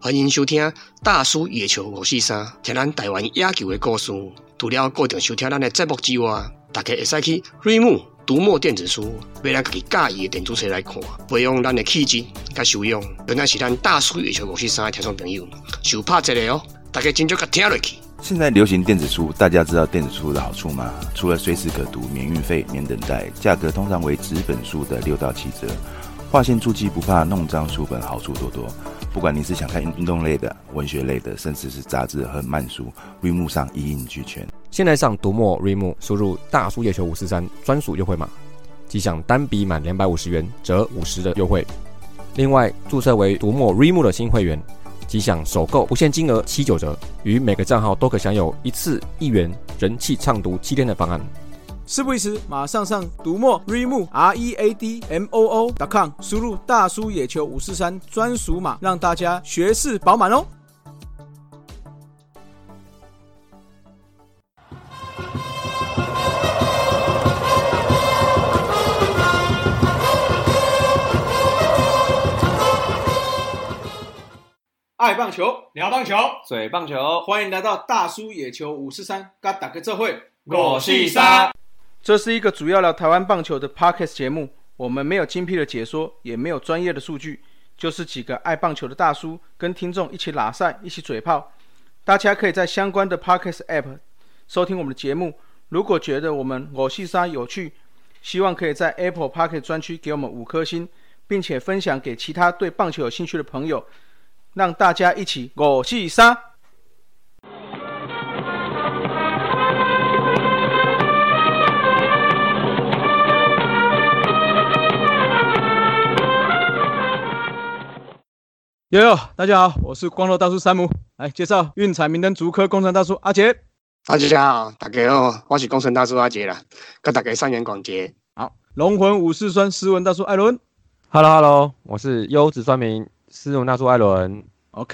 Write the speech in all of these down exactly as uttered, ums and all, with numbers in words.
欢迎收听大叔野球五四三，听咱台湾野球的故事。除了固定收听咱的节目之外，大家会使去瑞木读墨电子书，买咱自己喜欢的电子书来看，培养咱的气质甲修养。原来是咱大叔野球五四三的听众朋友，受拍一个哦，大家真少甲听落去。 现在流行电子书，大家知道电子书的好处吗？除了随时可读、免运费、免等待，价格通常为纸本书的六到七折。划线注记不怕弄脏书本，好处多多。不管你是想看运动类的、文学类的，甚至是杂志和漫书，瑞木上一应俱全。 现在上读墨瑞木，输入大叔野球五四三专属优惠码，即享单笔满两百五十元折五十的优惠。另外，注册为读墨瑞木的新会员，即享首购不限金额七九折，与每个账号都可享有一次一元人气畅读七天的方案。 事不宜迟，马上上读墨 readmoo r e a d m o o dot com， 输入大叔野球五四三专属码，让大家学识饱满哦。爱棒球， 聊棒球， 嘴棒球， 欢迎来到大叔野球五四三，跟大家做伙五四三。 这是一个主要聊台湾棒球的 Podcast 节目，我们没有精辟的解说，也没有专业的数据，就是几个爱棒球的大叔跟听众一起拉赛，一起嘴炮。大家可以在相关的 Podcast App 收听我们的节目。如果觉得我们五四三有趣，希望可以在 Apple Podcast 专区给我们五颗星，并且分享给其他对棒球有兴趣的朋友，让大家一起五四三。哟哟，大家好，我是光头大叔山姆，来介绍运彩明灯竹科工程大叔阿杰。 大家好，大家好，我是工程大叔阿杰啦，跟大家三元广结。 好，龙魂武士酸斯文大叔艾伦。 Hello Hello， 我是优质酸民斯文大叔艾伦。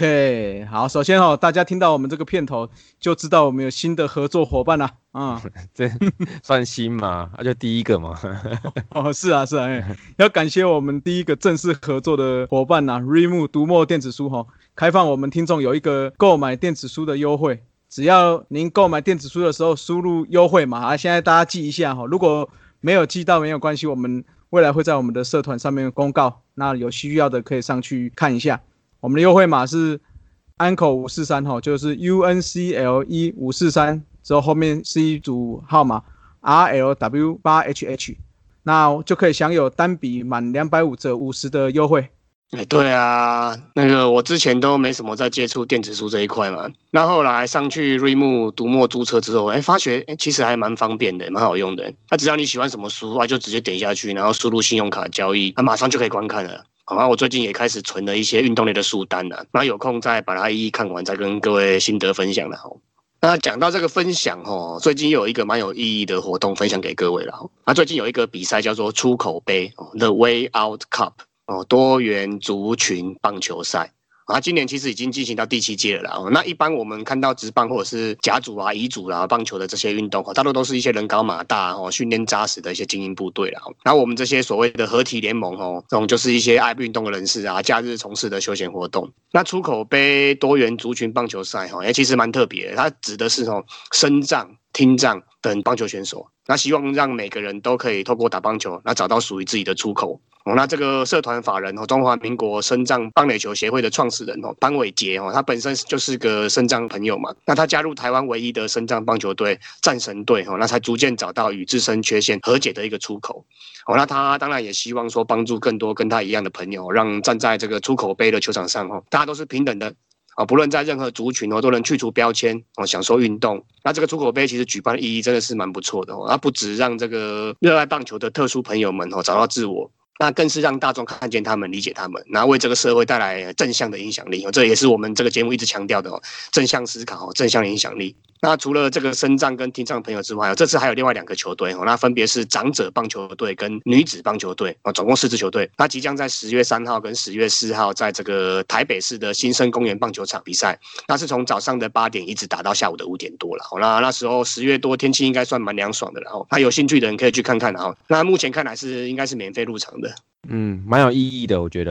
OK， 好，首先、哦、大家听到我们这个片头就知道我们有新的合作伙伴啦、啊。嗯， 这算新嘛？那、啊、就第一个嘛。 哦，是啊，是啊，欸、要感谢我们第一个正式合作的伙伴呐、啊、，readmoo 读墨电子书哈、哦，开放我们听众有一个购买电子书的优惠。只要您购买电子书的时候输入优惠码，啊，现在大家记一下哈、哦，如果没有记到没有关系，我们未来会在我们的社团上面公告，那有需要的可以上去看一下。我们的优惠码是 uncle 五四三 就是 U N C L E 五四三 之后后面是一组号码 R L W 八 H H， 那就可以享有单笔满两百五折五十的优惠。 哎，对啊，那个我之前都没什么在接触电子书这一块嘛，那后来上去瑞木读墨注册之后，哎，发觉哎其实还蛮方便的，蛮好用的。那只要你喜欢什么书啊，就直接点下去，然后输入信用卡交易，那马上就可以观看了。好，那我最近也开始存了一些运动类的书单了，那有空再把它一一看完，再跟各位心得分享了。那讲到这个分享哦，最近有一个蛮有意义的活动分享给各位了。那最近有一个比赛叫做出口杯 The Way Out Cup 哦，多元族群棒球赛。啊，今年其实已经进行到第七届了啦。哦、那一般我们看到职棒或者是甲组啊、乙组啦、啊、棒球的这些运动，大多都是一些人高马大、哦、训练扎实的一些精英部队啦。然后我们这些所谓的合体联盟哦，这种就是一些爱运动的人士啊，假日从事的休闲活动。那出口杯多元族群棒球赛哈，哎，其实蛮特别的，它指的是哦，身障、听障等棒球选手。那希望让每个人都可以透过打棒球，那找到属于自己的出口。哦、那这个社团法人哦，中华民国身障棒垒球协会的创始人哦，班伟杰哦，他本身就是个身障朋友嘛，那他加入台湾唯一的身障棒球队战神队哦，那才逐渐找到与自身缺陷和解的一个出口。哦，那他当然也希望说帮助更多跟他一样的朋友，让站在这个出口杯的球场上哦，大家都是平等的。哦，不论在任何族群哦，都能去除标签哦，享受运动。那这个出口杯其实举办的意义真的是蛮不错的哦，它不只让这个热爱棒球的特殊朋友们哦找到自我，那更是让大众看见他们、理解他们，然后为这个社会带来正向的影响力哦。这也是我们这个节目一直强调的哦，正向思考哦，正向的影响力。那除了这个身障跟听障朋友之外，这次还有另外两个球队哦，那分别是长者棒球队跟女子棒球队哦，总共四支球队。那即将在十月三号跟十月四号在这个台北市的新生公园棒球场比赛，那是从早上的八点一直打到下午的五点多了。那那时候十月多，天气应该算蛮凉爽的了。那有兴趣的人可以去看看。那目前看来是应该是免费入场的。 嗯，蛮有意义的，我觉得。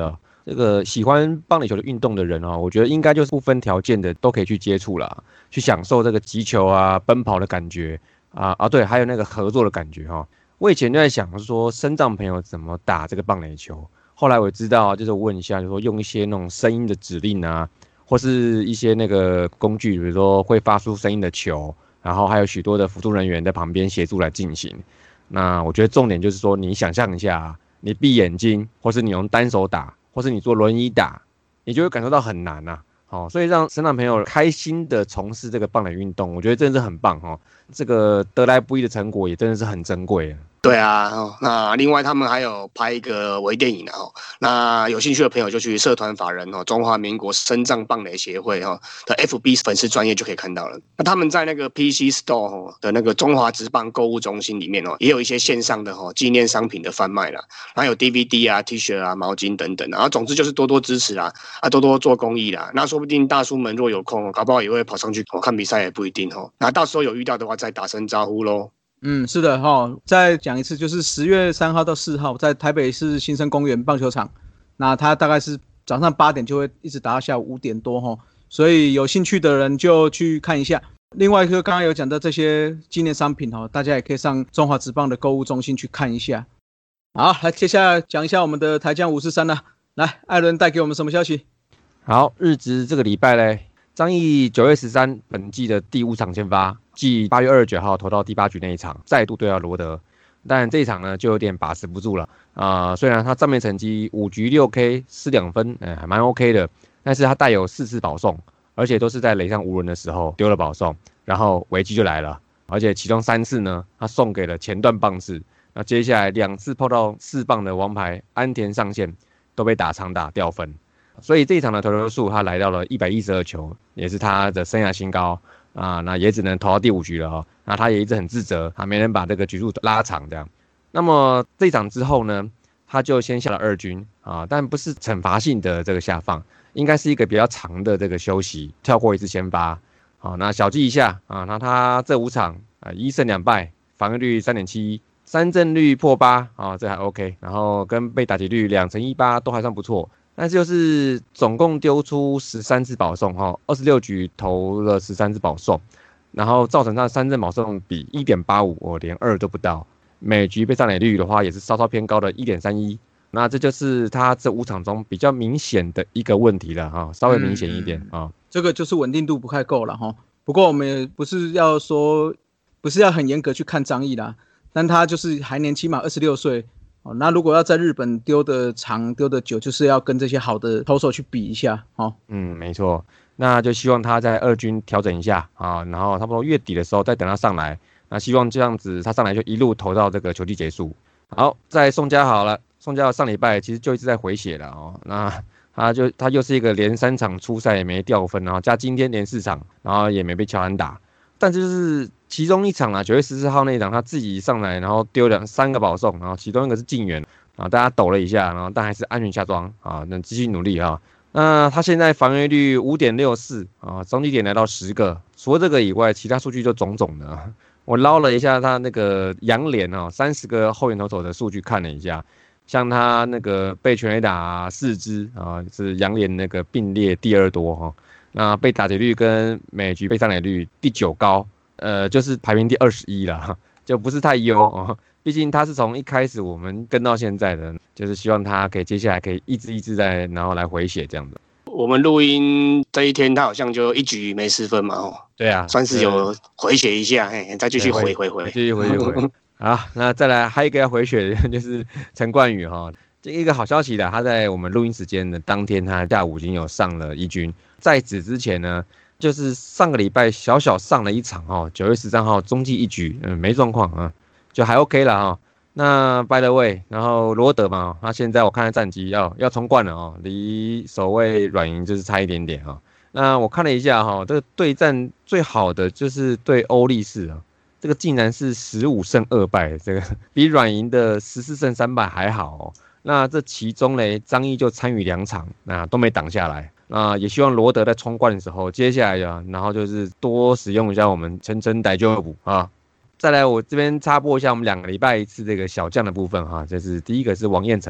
这个喜欢棒垒球的运动的人哦，我觉得应该就是不分条件的都可以去接触啦，去享受这个击球啊、奔跑的感觉啊啊，对，还有那个合作的感觉哈、哦。我以前就在想说，身障朋友怎么打这个棒垒球，后来我知道，就是问一下，就是说用一些那种声音的指令啊，或是一些那个工具，比如说会发出声音的球，然后还有许多的辅助人员在旁边协助来进行。那我觉得重点就是说，你想象一下，你闭眼睛，或是你用单手打，或是你坐轮椅打，你就会感受到很难啊。好、哦，所以让身障朋友开心的从事这个棒垒运动，我觉得真的是很棒哦。这个得来不易的成果也真的是很珍贵啊。 对啊，哦，那另外他们还有拍一个微电影哦，那有兴趣的朋友就去社团法人哦，中华民国身障棒垒协会哦的 F B 粉丝专页就可以看到了。那他们在那个 P C Store 哦的那个中华职棒购物中心里面哦，也有一些线上的哦纪念商品的贩卖啦，还有 D V D 啊、T 恤啊、毛巾等等，然后总之就是多多支持啦，啊多多做公益啦。那说不定大叔们若有空，搞不好也会跑上去看比赛，也不一定哦。那到时候有遇到的话，再打声招呼咯。 嗯，是的哈、哦，再讲一次，就是十月三号到四号，在台北市新生公园棒球场，那它大概是早上八点就会一直打到下午五点多哈、哦，所以有兴趣的人就去看一下。另外一个刚刚有讲到这些纪念商品哦，大家也可以上中华职棒的购物中心去看一下。好，来接下来讲一下我们的台将五四三啦，来，艾伦带给我们什么消息？ 好，日职这个礼拜嘞，张毅九月十三本季的第五场先发。继八月二十九号投到第八局那一场，再度对到罗德，但这一场呢就有点把持不住了啊、呃。虽然他账面成绩五局六 K 失两分，哎、欸，还蛮 OK 的，但是他带有四次保送，而且都是在垒上无人的时候丢了保送，然后危机就来了，而且其中三次呢，他送给了前段棒次，那接下来两次碰到四棒的王牌安田上线，都被打长打掉分，所以这一场的投球数他来到了一百一十二球，也是他的生涯新高。啊，那也只能投到第五局了哦。那他也一直很自责，他没能把这个局数拉长这样。那么这一场之后呢，他就先下了二军啊，但不是惩罚性的这个下放，应该是一个比较长的这个休息，跳过一次先发。好，那小记一下啊，那他这五场啊一胜两败，防御率 三点七一， 三振率破八啊，这还 OK。然后跟被打击率两成一八都还算不错。但是就是总共丢出十三次保送哈，二十六局投了十三次保送，然后造成他的三振保送比 一点八五， 我连二都不到。每局被上垒率的话也是稍稍偏高的 一点三一， 那这就是他这五场中比较明显的一个问题了哈，稍微明显一点啊、嗯。 这个就是稳定度不太够了哈。不过我们也不是要说，不是要很严格去看张毅啦，但他就是还年轻嘛，二十六岁。哦，那如果要在日本丢的长丢的久，就是要跟这些好的投手去比一下哦。 嗯，没错，那就希望他在二军调整一下啊，然后差不多月底的时候再等他上来，那希望这样子他上来就一路投到这个球季结束。好，在宋家好了，宋家上礼拜其实就一直在回血了哦，那他就他又是一个连三场出赛也没掉分，然后加今天连四场，然后也没被乔安打，但就是其中一场啊，九月十四号那一场，他自己上来，然后丢两三个保送，然后其中一个是近远，啊，大家抖了一下，然后但还是安全下庄啊，那继续努力啊。那他现在防御率 五点六四 啊，中继点来到十个，除了这个以外，其他数据就种种的。我捞了一下他那个洋联啊，三十个后援投手的数据看了一下，像他那个被全垒打四支啊，是洋联那个并列第二多哈。那被打击率跟每局被上垒率第九高。呃，就是排名第二十一啦，就不是太优哦。毕竟他是从一开始我们跟到现在的，就是希望他可以接下来可以一支一支再然后来回血这样子。 我们录音这一天，他好像就一局没失分嘛，哦，对啊，算是有回血一下，嘿，再继续回回回， 继续回回回。好，那再来还有一个要回血的就是陈冠宇哈，这一个好消息的，他在我们录音时间的当天，他下午已经有上了一军，在此之前呢。就是上个礼拜小小上了一场哦，九月十三号中继一局，嗯，没状况啊，就还 OK 了哈。那 by the way， 然后罗德嘛，他现在我看他战绩要要冲冠了哦，离首位软银就是差一点点啊。那我看了一下哈，这个对战最好的就是对欧力士啊，这个竟然是十五胜二败，这个比软银的十四胜三败还好哦。那这其中嘞，张毅就参与两场，那都没挡下来。那也希望罗德在冲冠的时候，接下来啊，然后就是多使用一下我们陈晨逮救补啊。再来，我这边插播一下我们两个礼拜一次这个小将的部分哈，就是第一个是王彦辰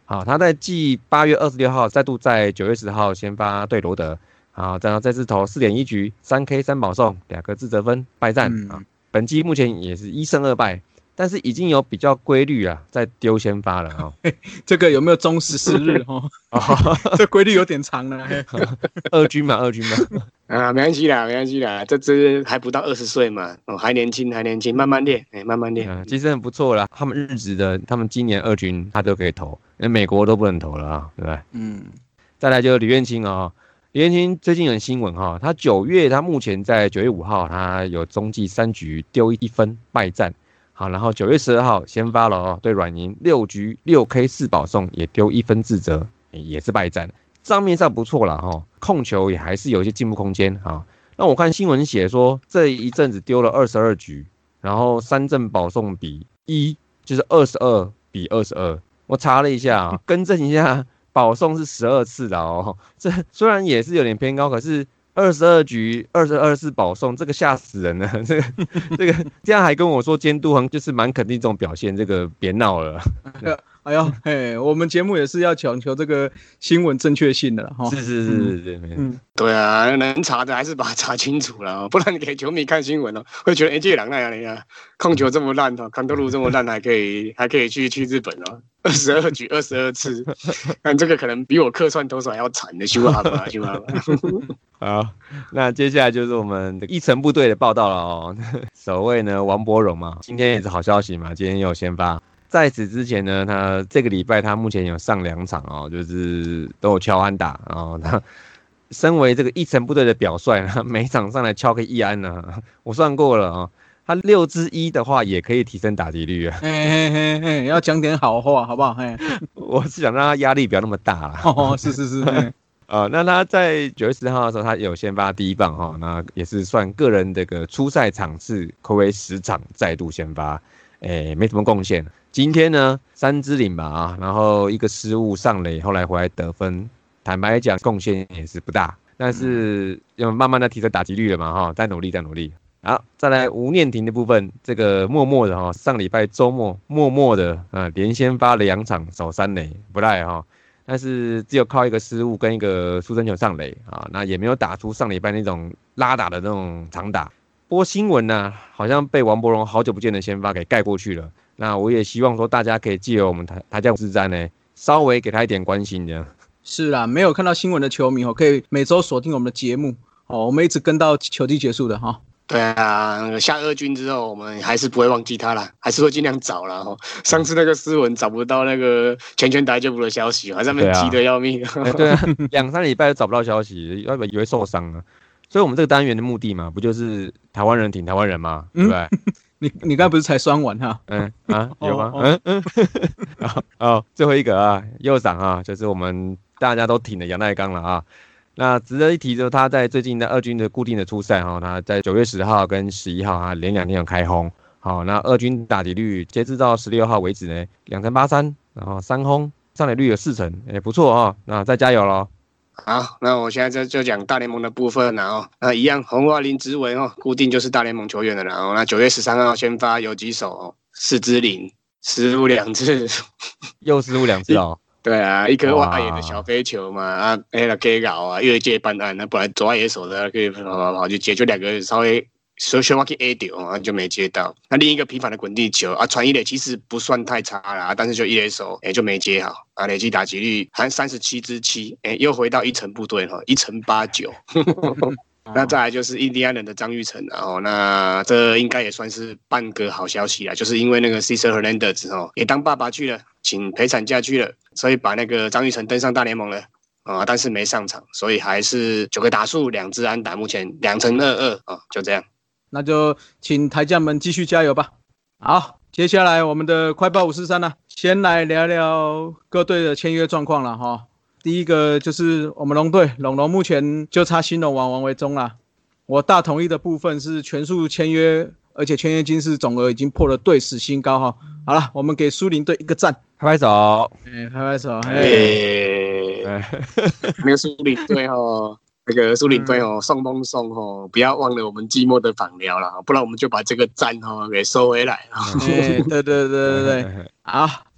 好，他在继八月二十六号再度在九月十号先发对罗德，好，然后这次投四点一局，三 K 三保送，两个自责分，败战、嗯、啊。本季目前也是一胜二败，但是已经有比较规律啊，在丢先发了哦。 这个有没有中十四日哦？这规律有点长了。 二军嘛，二军嘛。 啊，没关系啦，没关系啦，这支还不到二十岁嘛，哦，还年轻，还年轻，慢慢练，哎、欸，慢慢练、 嗯，其实很不错啦。他们日职的，他们今年二军他都可以投，因为美国都不能投了啊，对不对？嗯。再来就是吕彦青哦，吕彦青最近有新闻哈，他九月他目前在九月五号，他有中继三局丢一分败战，好，然后九月十二号先发了哦，对软银六局六 K 四保送，也丢一分自责，也是败战。账面上不错啦齁，控球也还是有一些进步空间啊。那我看新闻写说，这一阵子丢了二十二局，然后三振保送比一，就是二十二比二十二。我查了一下啊，更正一下，保送是十二次的哦。这虽然也是有点偏高，可是二十二局二十二次保送，这个吓死人了。这个这个这样还跟我说监督很就是蛮肯定这种表现，这个别闹了。 哎呦，嘿，我们节目也是要讲求这个新闻正确性的啦， 是是是是是， 嗯，对啊，能查的还是把它查清楚了，不然你给球迷看新闻哦，会觉得哎，这人那样呀，控球这么烂哦，康多路这么烂，还可以还可以去去日本哦，二十二局二十二次，但这个可能比我客串投手还要惨的，修好吧，修好吧。 好，那接下来就是我们的一城部队的报道了哦。首位呢，王柏融嘛，今天也是好消息嘛，今天又有先发。在此之前呢，他这个礼拜他目前有上两场哦，就是都有敲安打，然后他身为这个一城部队的表率，他每场上来敲个一安呢，我算过了哦，他六支一的话也可以提升打击率啊。 嘿嘿嘿嘿，要讲点好话好不好？嘿， 我是想让他压力不要那么大啦。 哦，是是是。 呃，那他在九月十号的时候，他有先发第一棒哈，那也是算个人这个出赛场次睽违十场再度先发，诶，没什么贡献。今天呢，三支领吧啊，然后一个失误上垒，后来回来得分，坦白讲贡献也是不大，但是要慢慢的提升打击率了嘛哈，再努力再努力。好，再来吴念庭的部分，这个默默的哈，上礼拜周末默默的啊连先发了两场守三垒不赖哈，但是只有靠一个失误跟一个出生球上垒啊，那也没有打出上礼拜那种拉打的那种长打。不过新闻呢、啊，好像被王柏融好久不见的先发给盖过去了。那我也希望说大家可以借由我们台台江之战呢，稍微给他一点关心这样。 是啦，没有看到新闻的球迷哦，可以每周锁定我们的节目哦，我们一直跟到球季结束的哈。 对啊，下二军之后，我们还是不会忘记他啦，还是会尽量找啦。哈，上次那个斯文找不到那个全拳打救部的消息，还在那边急得要命。 对啊，对啊两三礼拜都找不到消息，要不以为受伤了。所以我们这个单元的目的嘛，不就是台湾人挺台湾人嘛，对不对？嗯你你刚才不是才酸完哈？ 嗯啊，有吗？嗯嗯。哦哦，最后一个啊，右长啊，就是我们大家都挺的杨代刚了啊。那值得一提就是他在最近的二军的固定的出赛哈，他在九月十号跟十一号啊连两天有开轰。好，那二军打击率截至到十六号为止呢，两成八三，然后三轰，上垒率有四成，也不错啊。那再加油咯。 好，那我现在就就讲大联盟的部分，然后那一样，红袜林植文哦，固定就是大联盟球员的，然后那九月十三号先发有几手哦，四支零，失误两次， 又失误两次哦。 对啊，一颗外野的小飞球嘛，啊，哎那给搞啊，越界办案，那本来左野手的可以跑跑跑就接，就两个稍微。所以选我去 A 掉啊，就没接到。那另一个平凡的滚地球啊，传一垒其实不算太差啦，但是就一垒手哎、欸、就没接好啊，累计打击率还三十七支七，哎又回到一成部队哈，一成八九。那再来就是印第安人的张育成，然后那这应该也算是半个好消息啦，就是因为那个 Cesar Hernandez 哦也当爸爸去了，请陪产假去了，所以把那个张育成登上大联盟了。啊，但是没上场，所以还是九个打数，两支安打，目前两成二二啊，就这样。 那就请台将们继续加油吧。好，接下来我们的快报五四三呢，先来聊聊各队的签约状况了哈。第一个就是我们龙队，龙龙目前就差新龙王王维忠啦。我大同意的部分是全数签约，而且签约金是总额已经破了队史新高哈。好了，我们给苏林队一个赞， 拍拍手， 哎、欸，拍拍手，哎、 欸，那个苏林队哦。那个苏领队哦，送梦送哦，不要忘了我们寂寞的访聊了，不然我们就把这个赞哦给收回来。 欸、对对对对对，好，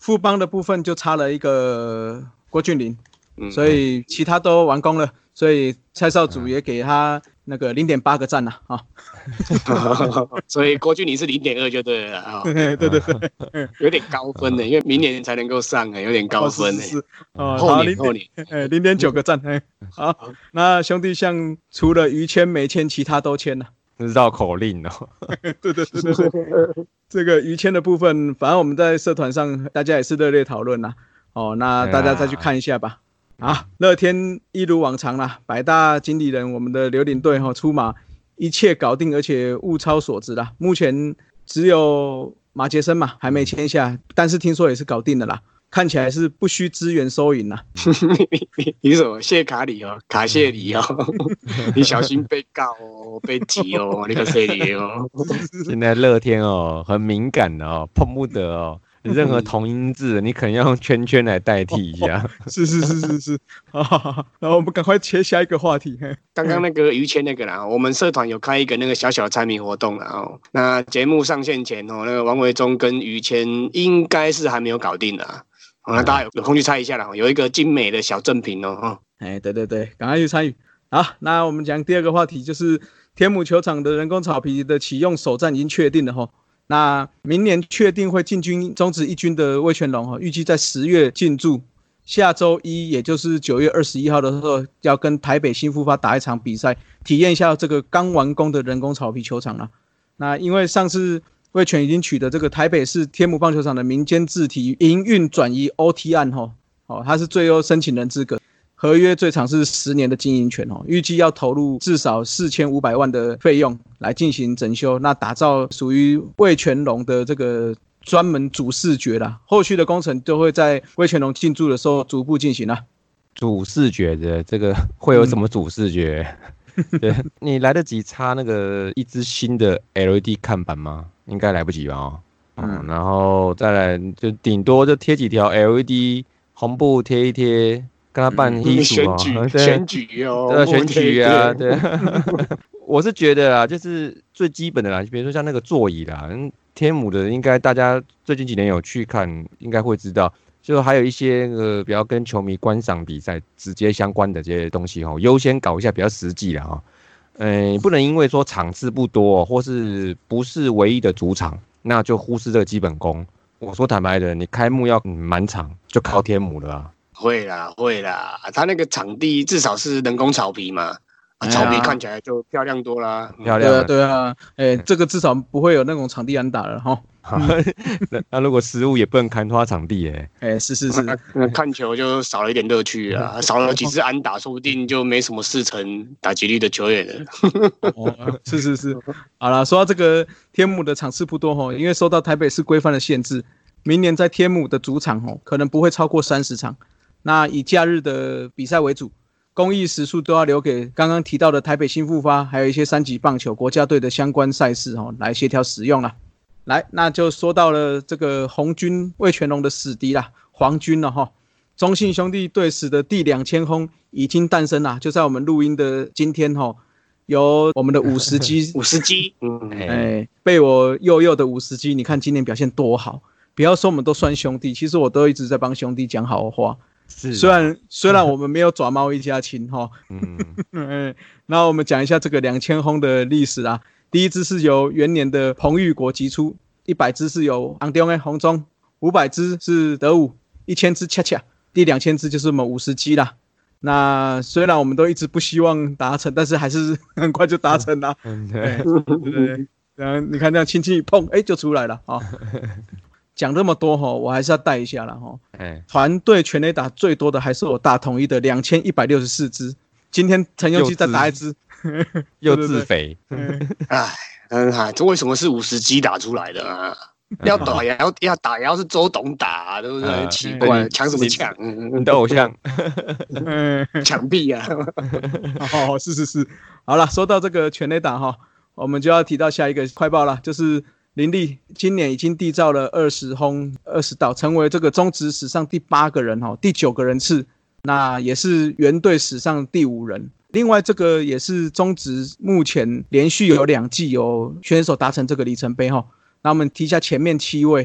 富邦的部分就差了一个郭俊麟，所以其他都完工了，所以蔡少主也给他那个 零点八 个赞了啊。 所以郭俊麟是 零点二 就对了啊。 对对对， 有点高分的，因为明年才能够上，有点高分的。 是是哦， 后年后年， 哎，零点九个赞，哎，好，那兄弟像除了于谦没签，其他都签了。 绕口令哦。 对对对对对，这个于谦的部分，反正我们在社团上大家也是热烈讨论啦。哦，那大家再去看一下吧。啊，乐天一如往常啦，百大经理人我们的刘领队哈出马，一切搞定，而且物超所值啦。目前只有马杰森嘛还没签下，但是听说也是搞定了啦。看起来是不需支援收银啦。 你你什么谢卡里哦，卡谢里哦，你小心被告哦，被挤哦，那个谁里哦。 现在乐天哦很敏感的哦，碰不得哦。任何同音字，你可能要用圈圈来代替一下。 是是是是是，好好好，然后我们赶快切下一个话题。 刚刚那个于谦那个啦，我们社团有开一个那个小小的猜谜活动啦哦。那节目上线前哦，那个王维忠跟于谦应该是还没有搞定的啊。好，那大家有有空去猜一下啦，有一个精美的小赠品哦。 哎，对对对，赶快去参与。好，那我们讲第二个话题，就是天母球场的人工草皮的启用首战已经确定了哈。那明年确定会进军中职一军的味全龙，预计在十月进驻，下周一也就是九月二十一号的时候，要跟台北新复发打一场比赛，体验一下这个刚完工的人工草皮球场啦。那因为上次味全已经取得这个台北市天母棒球场的民间自体营运转移 O T 案，它是最优申请人资格。合约最长是十年的经营权哦，预计要投入至少四千五百万的费用来进行整修，那打造属于味全龙的这个专门主视觉啦。后续的工程都会在味全龙进驻的时候逐步进行啦。 主视觉的这个会有什么主视觉？嗯、对，你来得及插那个一支新的 L E D 看板吗？应该来不及吧？哦，嗯，然后再来就顶多就贴几条 L E D 红布贴一贴。跟他办艺术哦， 选举哦， 对，选举啊，对。我是觉得啊，就是最基本的啦，比如说像那个座椅啦，天母的应该大家最近几年有去看，应该会知道，就还有一些呃比较跟球迷观赏比赛直接相关的这些东西哈，优先搞一下比较实际啦哈。嗯、呃，不能因为说场次不多或是不是唯一的主场，那就忽视这个基本功。我说坦白的，你开幕要满场，就靠天母了啊。 会啦会啦，他那个场地至少是人工草皮嘛，啊、草皮看起来就漂亮多啦。 漂亮、啊， 对啊，哎、欸，这个至少不会有那种场地安打了哈。 那, 那如果失误也不能砍花场地哎、欸， 哎、欸，是是是， 那看球就少了一点乐趣啊，少了几次安打，说不定就没什么四成打击率的球员了。 哦，是是是，好了，说到这个天母的场次不多哈，因为受到台北市规范的限制，明年在天母的主场哦，可能不会超过三十场。那以假日的比赛为主，公益时数都要留给刚刚提到的台北新复发，还有一些三级棒球国家队的相关赛事哦，来协调使用啦。来，那就说到了这个红军味全龙的死敌啦，黄军了哈。中信兄弟队史的第两千轰已经诞生啦，就在我们录音的今天哈，由我们的五十基五十基， 嗯，哎，被我幼幼的五十基，你看今年表现多好。不要说我们都算兄弟，其实我都一直在帮兄弟讲好话。是，虽然虽然我们没有爪猫一家亲哈，嗯，那我们讲一下这个两千轰的历史啦。第一支是由元年的彭玉国击出，一百支是由昂中的洪忠，五百支是德武，一千支恰恰，第两千支就是我们五十基啦。那虽然我们都一直不希望达成，但是还是很快就达成了。嗯，对对对，然后你看这样轻轻一碰，哎，就出来了啊。讲这么多哈，我还是要带一下啦哈。团队全垒打最多的还是我大统一的两千一百六十四支。今天陈佑基再打一支， 又自肥。 哎，嗯，这为什么是五十基打出来的啊？要打也要要打也要是周董打、啊，对不对？呃、奇怪，抢什么抢？ 你的偶像， 抢屁啊！ 哦，是是是。好了，说到这个全垒打哈，我们就要提到下一个快报了，就是林立今年已经缔造了二十轰二十盗，成为这个中职史上第八个人哈，第九个人次，那也是原队史上第五人。另外，这个也是中职目前连续有两季有选手达成这个里程碑哈。那我们提一下前面七位，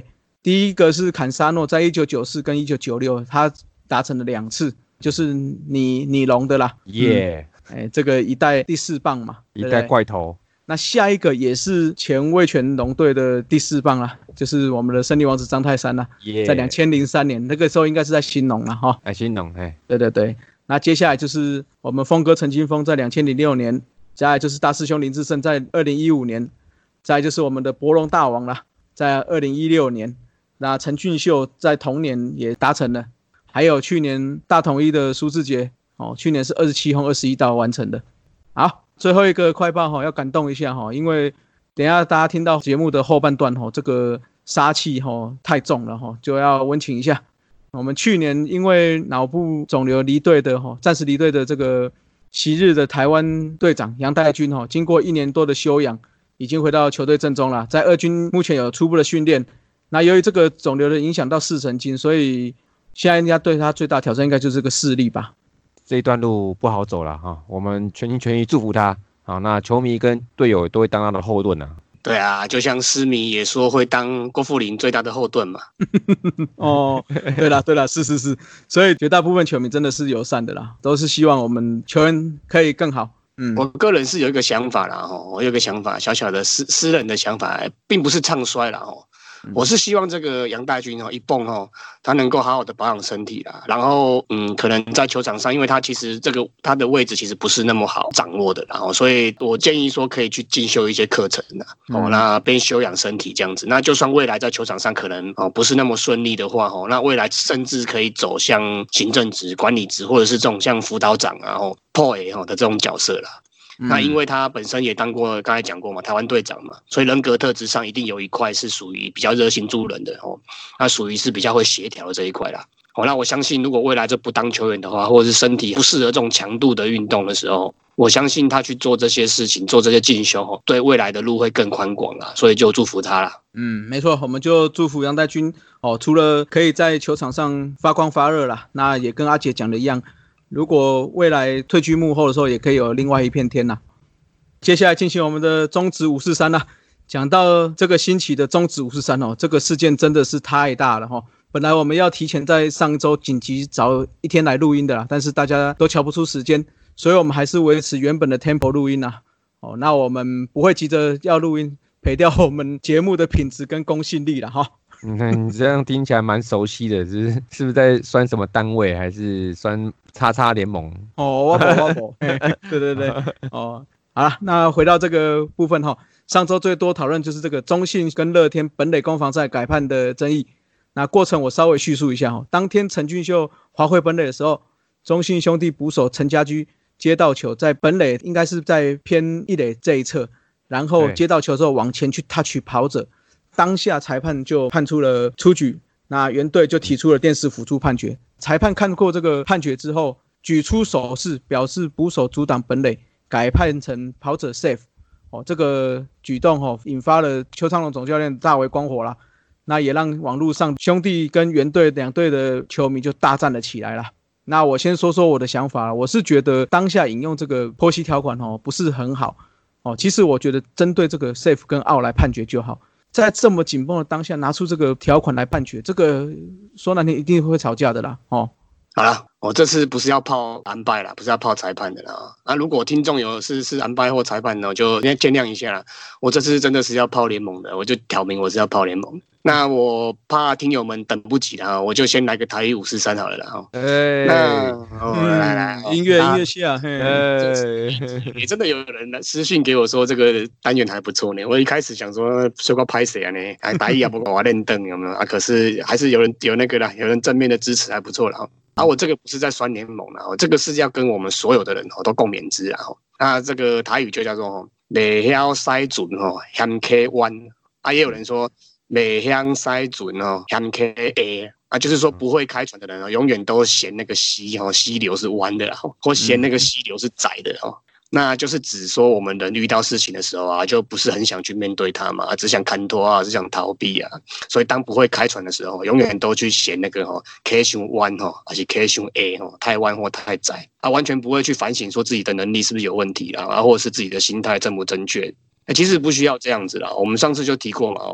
第一个是坎沙诺，在一九九四跟一九九六，他达成了两次，就是你你龙的啦， 耶、 yeah. 嗯，哎，这个一代第四棒嘛， 一代怪头。 那下一个也是前味全龙队的第四棒啦，就是我们的胜利王子张泰山啦， yeah. 在两千零三年那个时候应该是在兴农啦哈， 哎，兴农，哎， 对对对。那接下来就是我们峰哥陈金峰在两千零六年，再来就是大师兄林志胜在二零一五年，再来就是我们的博龙大王啦，在二零一六年，那陈俊秀在同年也达成了，还有去年大统一的苏志杰哦，去年是二十七轰二十一盗完成的。好。最后一个快报哈，要感动一下哈，因为等一下大家听到节目的后半段哈，这个杀气哈太重了哈，就要温情一下。我们去年因为脑部肿瘤离队的哈，暂时离队的这个昔日的台湾队长杨代军哈，经过一年多的休养，已经回到球队阵中了，在二军目前有初步的训练。那由于这个肿瘤的影响到视神经，所以现在人家对他最大挑战应该就是这个视力吧。 这一段路不好走了哈，我们全心全意祝福他。好，那球迷跟队友都会当他的后盾啊。 对啊，就像狮迷也说会当郭富林最大的后盾嘛。 哦，对啦对啦，是是是，所以绝大部分球迷真的是友善的啦，都是希望我们球员可以更好。嗯， 我个人是有一个想法啦，我有一个想法，小小的私私人的想法，并不是唱衰啦。我是希望这个杨大军一蹦他能够好好的保养身体啦，然后嗯，可能在球场上，因为他其实这个他的位置其实不是那么好掌握的，然后所以我建议说可以去进修一些课程啦，哦，那边休养身体这样子，那就算未来在球场上可能哦不是那么顺利的话，哦，那未来甚至可以走向行政职、管理职，或者是这种像辅导长啊、哦 P O A 的这种角色啦。那因为他本身也当过，刚才讲过嘛，台湾队长嘛，所以人格特质上一定有一块是属于比较热心助人的哦，那属于是比较会协调的这一块啦。哦，那我相信如果未来这不当球员的话，或者是身体不适合这种强度的运动的时候，我相信他去做这些事情，做这些进修，对未来的路会更宽广啦，所以就祝福他啦。 嗯，没错，我们就祝福杨代军哦，除了可以在球场上发光发热啦，那也跟阿姐讲的一样。如果未来退居幕后的时候，也可以有另外一片天啦。接下来进行我们的中职五四三啦。讲到这个新起的中职五四三哦，这个事件真的是太大了哈。本来我们要提前在上周紧急找一天来录音的啦，但是大家都瞧不出时间，所以我们还是维持原本的 tempo 录音啦。哦，那我们不会急着要录音，赔掉我们节目的品质跟公信力啦哈。 嗯，你这样听起来蛮熟悉的，是是不是在酸什么单位，还是酸叉叉联盟？ 哦，我不我不，对对对，哦，好了，那回到这个部分哈，上周最多讨论就是这个中信跟乐天本垒攻防赛改判的争议。那过程我稍微叙述一下哈，当天陈俊秀滑回本垒的时候，中信兄弟捕手陈家驹接到球，在本垒应该是在偏一垒这一侧，然后接到球之后往前去 touch 跑者。当下裁判就判出了出局，那原队就提出了电视辅助判决。裁判看过这个判决之后，举出手势表示捕手阻挡本垒，改判成跑者 safe。哦，这个举动哦，引发了邱昌龙总教练大为光火啦。那也让网络上兄弟跟原队两队的球迷就大战了起来啦。那我先说说我的想法啦，我是觉得当下引用这个波西条款哦不是很好哦。其实我觉得针对这个 safe 跟 out 来判决就好。在这么紧绷的当下拿出这个条款来判决，这个说难听一定会吵架的啦。哦， 好啦，我这次不是要泡安拜啦，不是要泡裁判的啦。啊，如果听众有是是安拜或裁判呢，就见谅一下啦。我这次真的是要泡联盟的，我就挑明我是要泡联盟。那我怕听友们等不及啦，我就先来个台语五四三好了啦。 哎， 那哦，来来， 音乐音乐下， 哎， 也真的有人私讯给我说这个单元还不错呢。我一开始想说说个拍谁啊呢？啊，台语也不够我认登有没有啊？可是还是有人有那个啦，有人正面的支持还不错啦。啊，我这个不是在酸联盟啦，我这个是要跟我们所有的人都共勉之啦。那这个台语就叫做未晓使准吼，嫌客弯啊，也有人说。未晓使准哦，嫌客下啊，就是说不会开船的人哦，永远都嫌那个溪哦，溪流是弯的啦，或嫌那个溪流是窄的哦。那就是指说我们人遇到事情的时候啊，就不是很想去面对它嘛，只想看拖啊，只想逃避啊。所以当不会开船的时候，永远都去嫌那个哦，开胸弯哦，还是开胸 A 哦，太弯或太窄啊，完全不会去反省说自己的能力是不是有问题啦，啊，或者是自己的心态正不正确。欸、其实不需要这样子啦，我们上次就提过嘛，哦，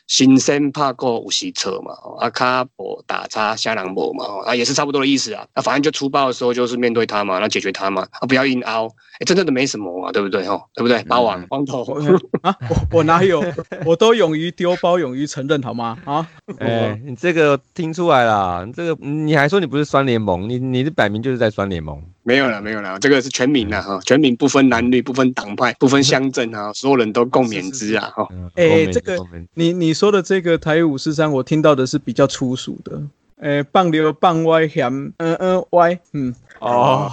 新生怕过有时错嘛，啊卡博打叉瞎人博嘛，啊也是差不多的意思啊。那反正就出包的时候就是面对他嘛，那解决他嘛，啊不要硬凹，哎真正的没什么嘛，对不对吼？对不对？包王光头啊，我我哪有？我都勇于丢包，勇于承认，好吗？啊， 哎、欸，你这个听出来啦，你这个你还说你不是酸联盟，你你这摆明就是在酸联盟。 没有了，没有了，这个是全民啦哈，全民不分蓝绿，不分党派，不分乡镇啊，所有人都共勉之啊哈。 哎、欸，这个你你说的这个台语五四三，我听到的是比较粗俗的，哎、欸，棒流棒歪咸，嗯嗯歪，嗯。 哦，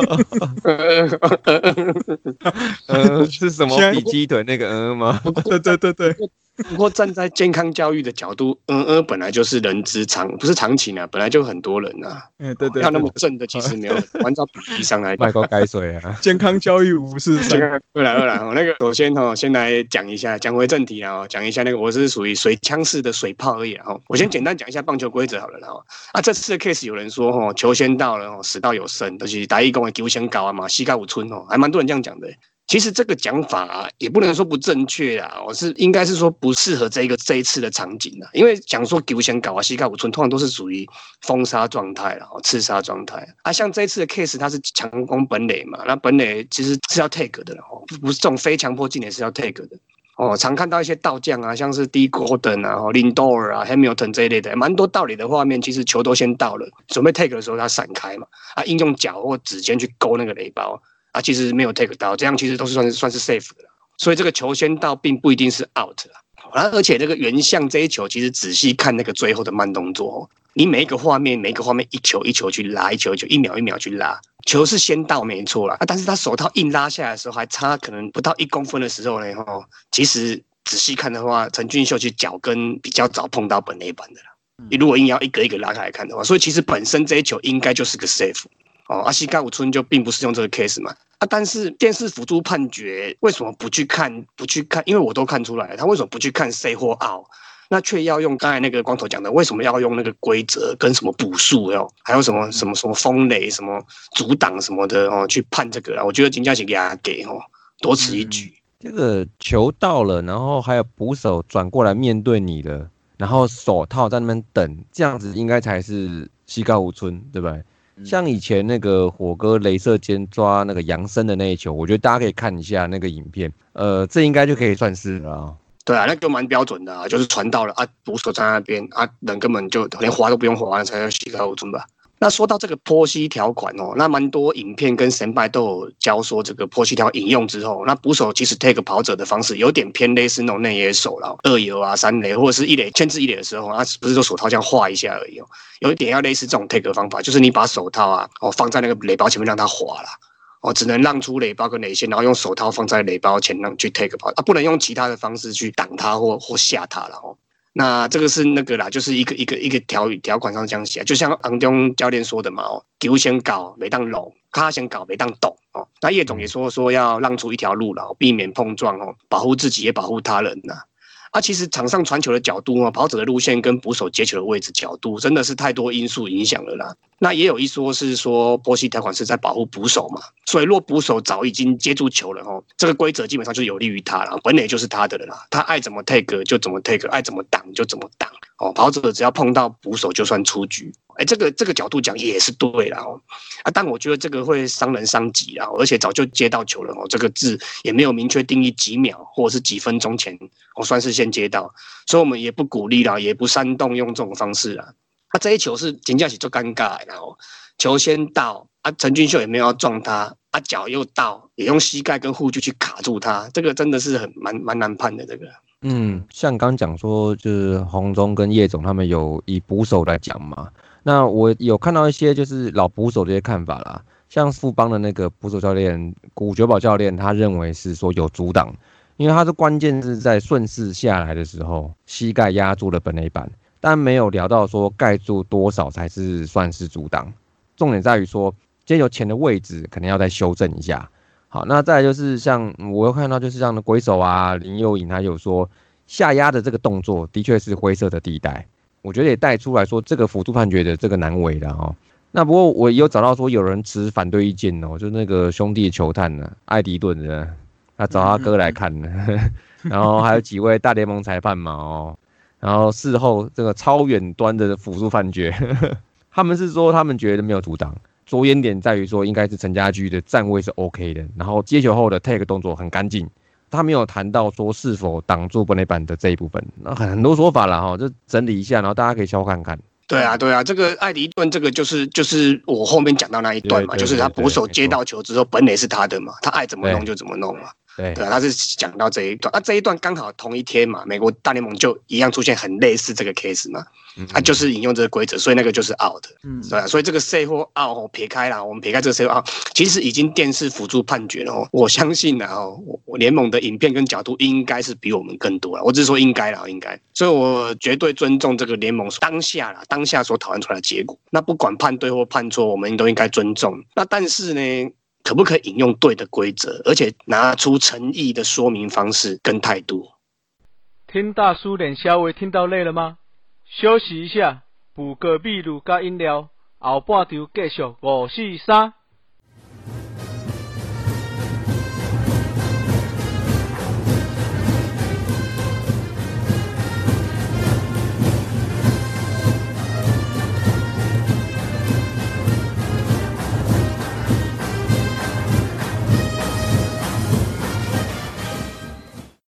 呃，是什么比鸡腿那个嗯吗？ 对对对对。 不过站在健康教育的角度，嗯嗯，本来就是人之常，不是常情啊，本来就很多人啊。 嗯，对 对, 對， 要那么正的其实没有，按照比例上来讲，卖高改水啊。 健康教育五四三。 对了对了，那个首先哈，先来讲一下，讲回正题啊，讲一下那个我是属于水枪式的水炮而已哈。我先简单讲一下棒球规则好了啦。啊，这次的 case 有人说哈，球先到了，死到有生，就是打一公的球先高啊嘛，膝盖五寸哦，还蛮多人这样讲的。其实这个讲法、啊、也不能说不正确啊，我是应该是说不适合这一个这一次的场景啊，因为讲说球先搞啊，膝盖五寸，通常都是属于封杀状态啦，刺杀状态啊。像这一次的 case， 它是强攻本垒嘛，那本垒其实是要 take 的啦，不是这种非强迫进垒是要 take 的。哦，常看到一些盗将啊，像是 D Gordon 啊、林多尔啊、Hamilton 这一类的，蛮多道理的画面，其实球都先到了，准备 take 的时候他闪开嘛，啊，应用脚或指尖去勾那个垒包。啊，其实没有 take 到，这样其实都是算是算是 safe 的啦。所以这个球先到，并不一定是 out 啊。而且这个原相这一球，其实仔细看那个最后的慢动作、哦，你每一个画面，每一个画面一球一球去拉，一球一球，一秒一秒去拉，球是先到没错啦。啊，但是他手套硬拉下来的时候，还差可能不到一公分的时候呢，哦，其实仔细看的话，陈俊秀其实脚跟比较早碰到本垒板的啦。你如果硬要一个一个拉开来看的话，所以其实本身这一球应该就是个 safe。哦，阿西盖五村就并不是用这个 case 嘛，啊，但是电视辅助判决为什么不去看？不去看，因为我都看出来了，他为什么不去看 C 或 out， 那却要用刚才那个光头讲的，为什么要用那个规则跟什么补数哟，还有什么什么什么风雷、什么阻挡什么的哦，去判这个啊？我觉得金家是给他给哦，多此一举。 嗯、这个球到了，然后还有捕手转过来面对你了，然后手套在那边等，这样子应该才是西高五村，对不对？像以前那个火哥雷射尖抓那个杨森的那一球，我觉得大家可以看一下那个影片，呃，这应该就可以算是了、啊。 对啊，那个蛮标准的啊，就是传到了啊，捕手在那边啊，人根本就连滑都不用滑，才叫西高五村吧。那说到这个波西条款哦，那蛮多影片跟神拜都有教说这个波西条引用之后，那捕手其实 take 跑者的方式有点偏类似那种内野手啦，二游啊、三垒或者是一垒牵制一垒的时候，啊不是说手套这样画一下而已哦，有一点要类似这种 take 的方法，就是你把手套啊哦放在那个垒包前面让它滑啦。哦，只能让出垒包跟垒线，然后用手套放在垒包前让去 take 跑啊，不能用其他的方式去挡它或或吓它了哦。那这个是那个啦，就是一个一个一个条条款上这样写，就像昂中教练说的嘛，哦，球先搞没当拢，卡先搞没当懂哦。那叶总也说说要让出一条路了，避免碰撞哦，保护自己也保护他人呐。啊，其实场上传球的角度哦，跑者的路线跟捕手接球的位置角度，真的是太多因素影响了啦。那也有一说是说波西条款是在保护捕手嘛，所以若捕手早已经接住球了哦，这个规则基本上就有利于他了，本垒就是他的了啦，他爱怎么 take 就怎么 take， 爱怎么挡就怎么挡哦，跑者只要碰到捕手就算出局。哎，这个这个角度讲也是对啦哦，啊，但我觉得这个会伤人伤己啦，而且早就接到球了哦，这个字也没有明确定义几秒或者是几分钟前，我、哦、算是先接到，所以我们也不鼓励啦，也不煽动用这种方式啦。啊，这一球是真的是做尴尬的哦，球先到啊，陈俊秀也没有要撞他，啊，脚又到，也用膝盖跟护具去卡住他，这个真的是很蛮蛮难判的这个。 嗯，像刚讲说，就是洪忠跟叶总他们有以捕手来讲嘛。那我有看到一些就是老捕手的一些看法啦，像富邦的那个捕手教练古久保教练，他认为是说有阻挡，因为他的关键是在顺势下来的时候，膝盖压住了本垒板，但没有聊到说盖住多少才是算是阻挡。重点在于说接球前的位置可能要再修正一下。好，那再来就是像我有看到就是像鬼手啊林佑颖他有说下压的这个动作的确是灰色的地带。我觉得也带出来说这个辅助判决的这个难为了哦。那不过我也有找到说有人持反对意见哦，就那个兄弟球探呢，艾迪顿的，他找他哥来看呢，然后还有几位大联盟裁判嘛哦， 然后事后这个超远端的辅助判决，他们是说他们觉得没有阻挡，着眼点在于说应该是陈家驹的站位是 OK 的，然后接球后的 take 动作很干净。他没有谈到说是否挡住本垒板的这一部分，那很多说法啦哈，就整理一下，然后大家可以消看看。 对啊，对啊，这个艾迪顿这个就是就是我后面讲到那一段嘛，就是他捕手接到球之后，本垒是他的嘛，他爱怎么弄就怎么弄嘛。对，对啊，他是讲到这一段，那、啊、这一段刚好同一天嘛，美国大联盟就一样出现很类似这个 case 嘛，他、啊、就是引用这个规则，所以那个就是 out 的，嗯，对啊，所以这个 say 或 out 撇开啦，我们撇开这个 say 或 out， 其实已经电视辅助判决了哦，我相信啊，哦，我联盟的影片跟角度应该是比我们更多啦，我只是说应该啦，应该，所以我绝对尊重这个联盟当下啦，当下所讨论出来的结果，那不管判对或判错，我们都应该尊重。那但是呢？可不可以引用对的规则，而且拿出诚意的说明方式跟态度？ 听大叔脸稍微听到累了吗？休息一下，补个秘鲁加饮料，后半场继续五四三。